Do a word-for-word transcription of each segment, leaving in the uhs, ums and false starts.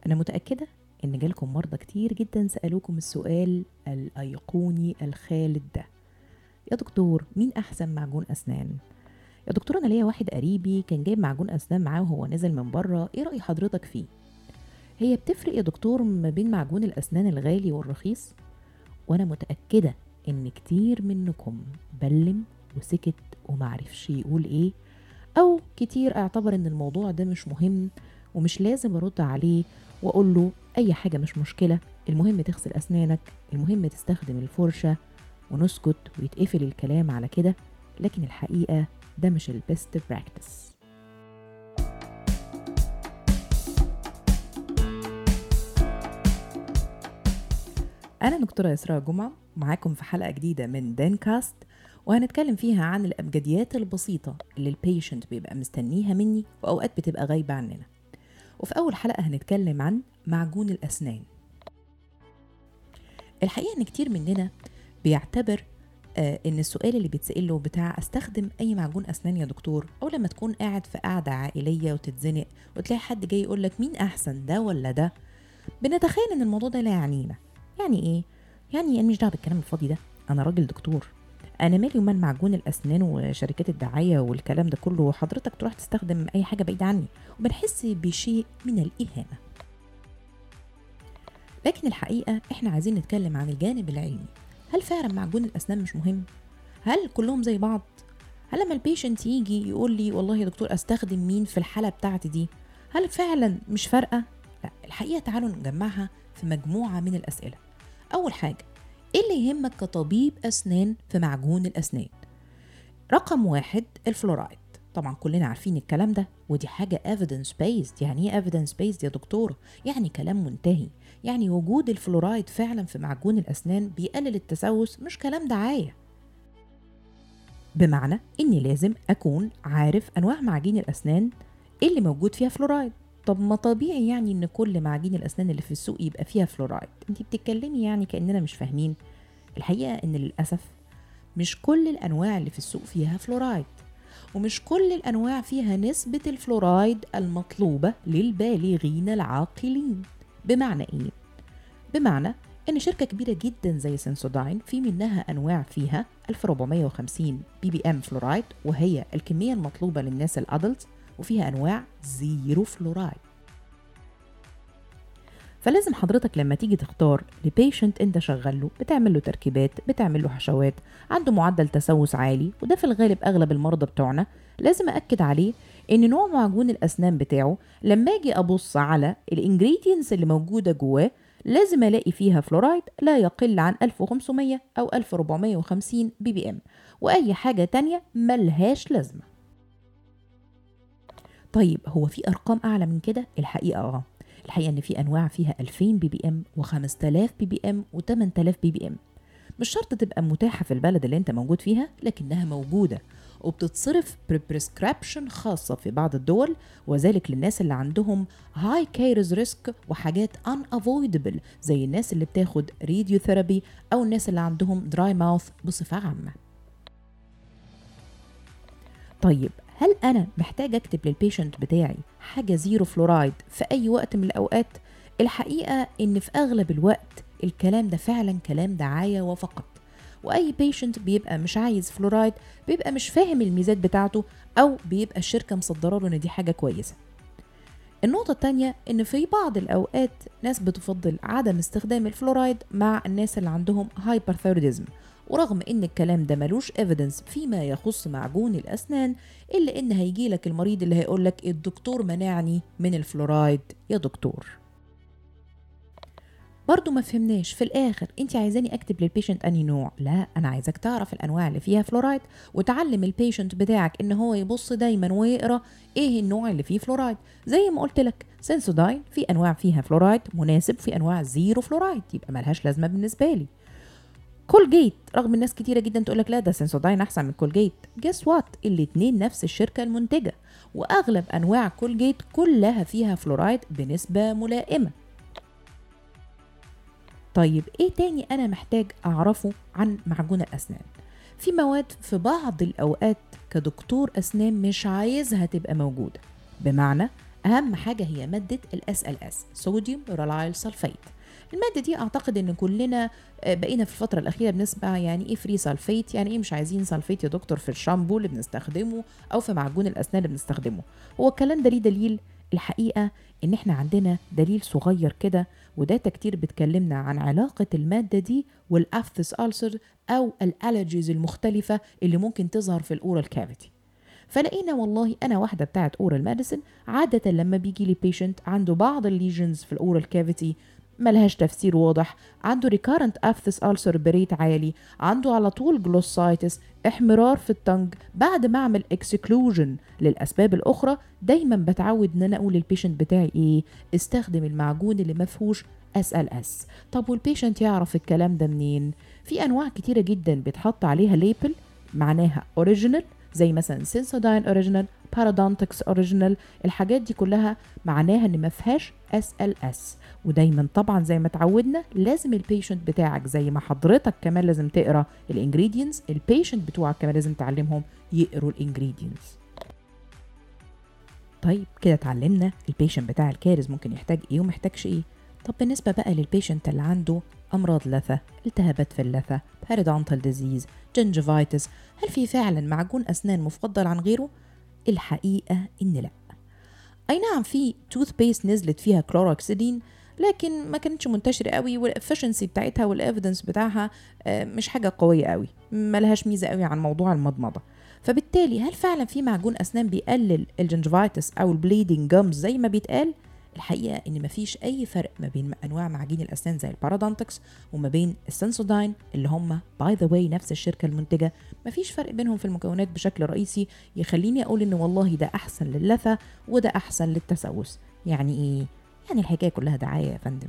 أنا متأكدة إن جالكم مرضى كتير جدا سألوكم السؤال الأيقوني الخالد ده: يا دكتور مين أحسن معجون أسنان؟ يا دكتور أنا ليا واحد قريبي كان جايب معجون أسنان معاه وهو نازل من بره، إيه رأي حضرتك فيه؟ هي بتفرق يا دكتور ما بين معجون الأسنان الغالي والرخيص؟ وأنا متأكدة إن كتير منكم بلم وسكت ومعرفش يقول إيه، أو كتير اعتبر إن الموضوع ده مش مهم ومش لازم أرد عليه وأقول له أي حاجة مش مشكلة، المهم تغسل أسنانك، المهم تستخدم الفرشة، ونسكت ويتقفل الكلام على كده. لكن الحقيقة ده مش البست براكتس. أنا دكتورة إسراء جمعة معاكم في حلقة جديدة من دانكاست، وهنتكلم فيها عن الأبجديات البسيطة اللي البيشنت بيبقى مستنيها مني وأوقات بتبقى غايبة عننا. وفي أول حلقة هنتكلم عن معجون الأسنان. الحقيقة إن كتير مننا بيعتبر آه إن السؤال اللي بيتسأله بتاع أستخدم أي معجون أسنان يا دكتور، أو لما تكون قاعد في قاعدة عائلية وتتزنق وتلاقي حد جاي يقولك مين أحسن ده ولا ده، بنتخيل إن الموضوع ده لا يعنينا. يعني إيه؟ يعني أنا مش دعوة بالكلام الفاضي ده، أنا راجل دكتور، أنا مالي ومال معجون الأسنان وشركات الدعاية والكلام ده كله، حضرتك تروح تستخدم أي حاجة بعيد عني. وبنحس بشيء من الإهانة. لكن الحقيقة إحنا عايزين نتكلم عن الجانب العلمي. هل فعلا معجون الأسنان مش مهم؟ هل كلهم زي بعض؟ هل لما البيشنت يجي يقول لي والله يا دكتور أستخدم مين في الحالة بتاعتي دي، هل فعلا مش فارقة؟ لا، الحقيقة تعالوا نجمعها في مجموعة من الأسئلة. أول حاجة، إيه اللي يهمك كطبيب أسنان في معجون الأسنان؟ رقم واحد، الفلورايد. طبعا كلنا عارفين الكلام ده، ودي حاجة evidence based. يعني ايه evidence based يا دكتور؟ يعني كلام منتهي، يعني وجود الفلورايد فعلا في معجون الأسنان بيقلل التسوس، مش كلام دعاية. بمعنى إني لازم أكون عارف أنواع معاجين الأسنان اللي موجود فيها فلورايد. طب ما طبيعي يعني إن كل معاجين الأسنان اللي في السوق يبقى فيها فلورايد. انتي بتتكلمي يعني كأننا مش فاهمين. الحقيقة إن للأسف مش كل الأنواع اللي في السوق فيها فلورايد، ومش كل الأنواع فيها نسبة الفلورايد المطلوبة للبالغين العاقلين. بمعنى إيه؟ بمعنى إن شركة كبيرة جدا زي سنسوداين في منها أنواع فيها ألف وأربعمية وخمسين بي بي أم فلورايد، وهي الكمية المطلوبة للناس الأدلت، وفيها أنواع زيرو فلورايد. فلازم حضرتك لما تيجي تختار لبيشنت انت شغله، بتعمل له تركيبات، بتعمل له حشوات، عنده معدل تسوس عالي، وده في الغالب اغلب المرضى بتوعنا، لازم اكد عليه ان نوع معجون الاسنان بتاعه لما اجي ابص على الانجريدينتس اللي موجوده جواه لازم الاقي فيها فلورايد لا يقل عن ألف وخمسمية او ألف وأربعمية وخمسين بي بي ام، واي حاجه تانية ملهاش لازمه. طيب هو في ارقام اعلى من كده؟ الحقيقه اه الحقيقه ان في انواع فيها ألفين بي بي ام و5000 بي بي ام و8000 بي بي ام. مش شرط تبقى متاحه في البلد اللي انت موجود فيها، لكنها موجوده وبتتصرف بريسكريبشن خاصه في بعض الدول، وذلك للناس اللي عندهم هاي كيرز ريسك وحاجات unavoidable زي الناس اللي بتاخد راديوثيرابي او الناس اللي عندهم دراي ماوث بصفه عامه. طيب هل أنا محتاج أكتب للبيشنت بتاعي حاجة زيرو فلورايد في أي وقت من الأوقات؟ الحقيقة إن في أغلب الوقت الكلام ده فعلا كلام دعاية وفقط، وأي بيشنت بيبقى مش عايز فلورايد بيبقى مش فاهم الميزات بتاعته، أو بيبقى الشركة مصدره له إن دي حاجة كويسة. النقطة التانية إن في بعض الأوقات ناس بتفضل عدم استخدام الفلورايد مع الناس اللي عندهم هايبرثيروديزم، ورغم إن الكلام ده ملوش evidence فيما يخص معجون الأسنان، إلا إن هيجيلك المريض اللي هيقولك الدكتور منعني من الفلورايد يا دكتور. برضو ما فهمناش في الآخر انت عايزاني أكتب للبيشنت أنهي نوع؟ لا، أنا عايزك تعرف الأنواع اللي فيها فلورايد وتعلم البيشنت بتاعك إن هو يبص دايما ويقرأ إيه النوع اللي فيه فلورايد. زي ما قلت لك سنسوداين في أنواع فيها فلورايد مناسب، في أنواع زيرو فلورايد يبقى ملهاش لازمة بالنسبة لي. كولجيت، رغم الناس كتيرة جدا تقولك لا ده سنسوداين أحسن من كولجيت، جس وات، الاتنين نفس الشركة المنتجة، وأغلب أنواع كولجيت كلها فيها فلورايد بنسبة ملائمة. طيب ايه تاني انا محتاج اعرفه عن معجون الاسنان؟ في مواد في بعض الاوقات كدكتور اسنان مش عايزها تبقى موجودة، بمعنى اهم حاجه هي ماده الاس ال اس صوديوم لورايل سلفيت. الماده دي اعتقد ان كلنا بقينا في الفتره الاخيره بنسمع يعني ايه فري سلفيت، يعني ايه مش عايزين سلفيت يا دكتور في الشامبو اللي بنستخدمه او في معجون الاسنان اللي بنستخدمه. هو الكلام ده ليه دليل؟ الحقيقه ان احنا عندنا دليل صغير كده، وداتا كتير بتكلمنا عن علاقه الماده دي والافتس ألسر او الالرجيز المختلفه اللي ممكن تظهر في الاورال كافيتي. فلقينا والله انا واحده بتاعه اورال ميديسن، عاده لما بيجي لي بيشنت عنده بعض الليجنز في الاورال كافيتي ملهاش تفسير واضح، عنده ريكارنت افتس ألسر بريت عالي، عنده على طول جلوسايتس، احمرار في التنج، بعد ما اعمل اكسكلوجن للاسباب الاخرى دايما بتعود ان انا اقول للبيشنت بتاعي ايه؟ استخدم المعجون اللي ما فيهوش اس ال اس. طب والبيشنت يعرف الكلام ده منين؟ في انواع كتيره جدا بيتحط عليها ليبل معناها اوريجينال، زي مثلا سينسوداين اوريجينال، بارادونتكس اوريجينال، الحاجات دي كلها معناها ان ما فيهاش اس ال اس. ودايما طبعا زي ما اتعودنا لازم البيشنت بتاعك زي ما حضرتك كمان لازم تقرا الانجريدينتس، البيشنت بتوعك كمان لازم تعلمهم يقروا الانجريدينتس. طيب كده اتعلمنا البيشنت بتاع الكارث ممكن يحتاج ايه ومحتاجش ايه. طب بالنسبه بقى للبيشنت اللي عنده امراض لثه، التهابات في اللثه، باريدونتال ديزيز، جنجفايتس، هل في فعلا معجون اسنان مفضل عن غيره؟ الحقيقه ان لا. اي نعم في توث بيست نزلت فيها كلوروكسيدين، لكن ما كانتش منتشره قوي، والافشنسي بتاعتها والافيدنس بتاعها مش حاجه قويه قوي، ملهاش ميزه قوي عن موضوع المضمضه. فبالتالي هل فعلا في معجون اسنان بيقلل الجنجفايتس او البليدنج جامز زي ما بيتقال؟ الحقيقه ان مفيش اي فرق ما بين انواع معاجين الاسنان زي البارادونتكس وما بين السنسوداين اللي هم باي ذا واي نفس الشركه المنتجه، مفيش فرق بينهم في المكونات بشكل رئيسي يخليني اقول ان والله ده احسن للثه وده احسن للتسوس. يعني ايه؟ يعني الحكايه كلها دعايه يا فندم.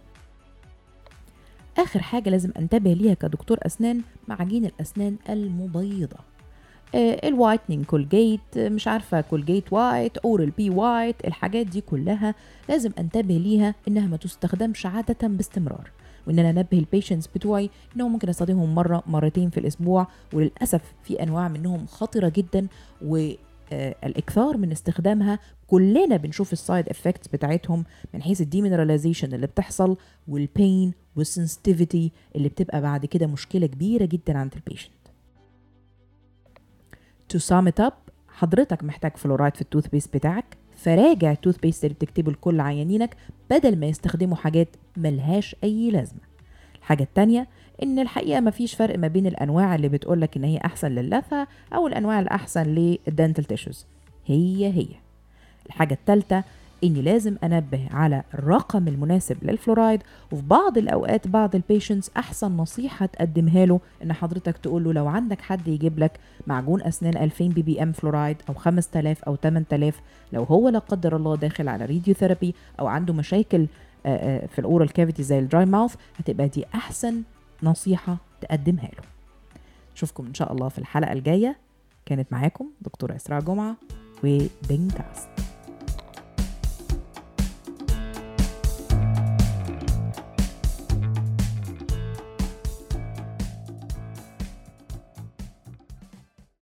اخر حاجه لازم انتبه ليها كدكتور اسنان معاجين الاسنان المبيضه، آه الوايتنينج كولجيت، مش عارفه كولجيت وايت، اورال بي وايت، الحاجات دي كلها لازم انتبه ليها انها ما تستخدمش عاده باستمرار، وان انا انبه البيشنتس بتوعي انهم ممكن استخدمهم مره مرتين في الاسبوع، وللاسف في انواع منهم خطره جدا والاكثار من استخدامها كلنا بنشوف السايد افكتس بتاعتهم من حيث الديمينراليزيشن اللي بتحصل والبين والسنسيتيفيتي اللي بتبقى بعد كده مشكله كبيره جدا عند البيشنت. To sum it up، حضرتك محتاج فلورايد في التوث بيست بتاعك، فراجع التوث بيست اللي بتكتبه لكل عيانينك بدل ما يستخدموا حاجات ملهاش اي لازمه. الحاجه التانية ان الحقيقه مفيش فرق ما بين الانواع اللي بتقولك ان هي احسن للثه او الانواع الاحسن للدنتال تيشوز، هي هي. الحاجه الثالثه اني لازم انبه على الرقم المناسب للفلورايد، وفي بعض الاوقات بعض البيشنتس احسن نصيحه تقدمها له ان حضرتك تقول له لو عندك حد يجيب لك معجون اسنان ألفين بي بي ام فلورايد او خمسة آلاف او ثمانية آلاف، لو هو لا قدر الله داخل على راديوثيرابي او عنده مشاكل في الاورال كافيتي زي الدراي ماوث، هتبقى دي احسن نصيحه تقدمها له. اشوفكم ان شاء الله في الحلقه الجايه. كانت معاكم دكتوره اسراء جمعه ودينكاست.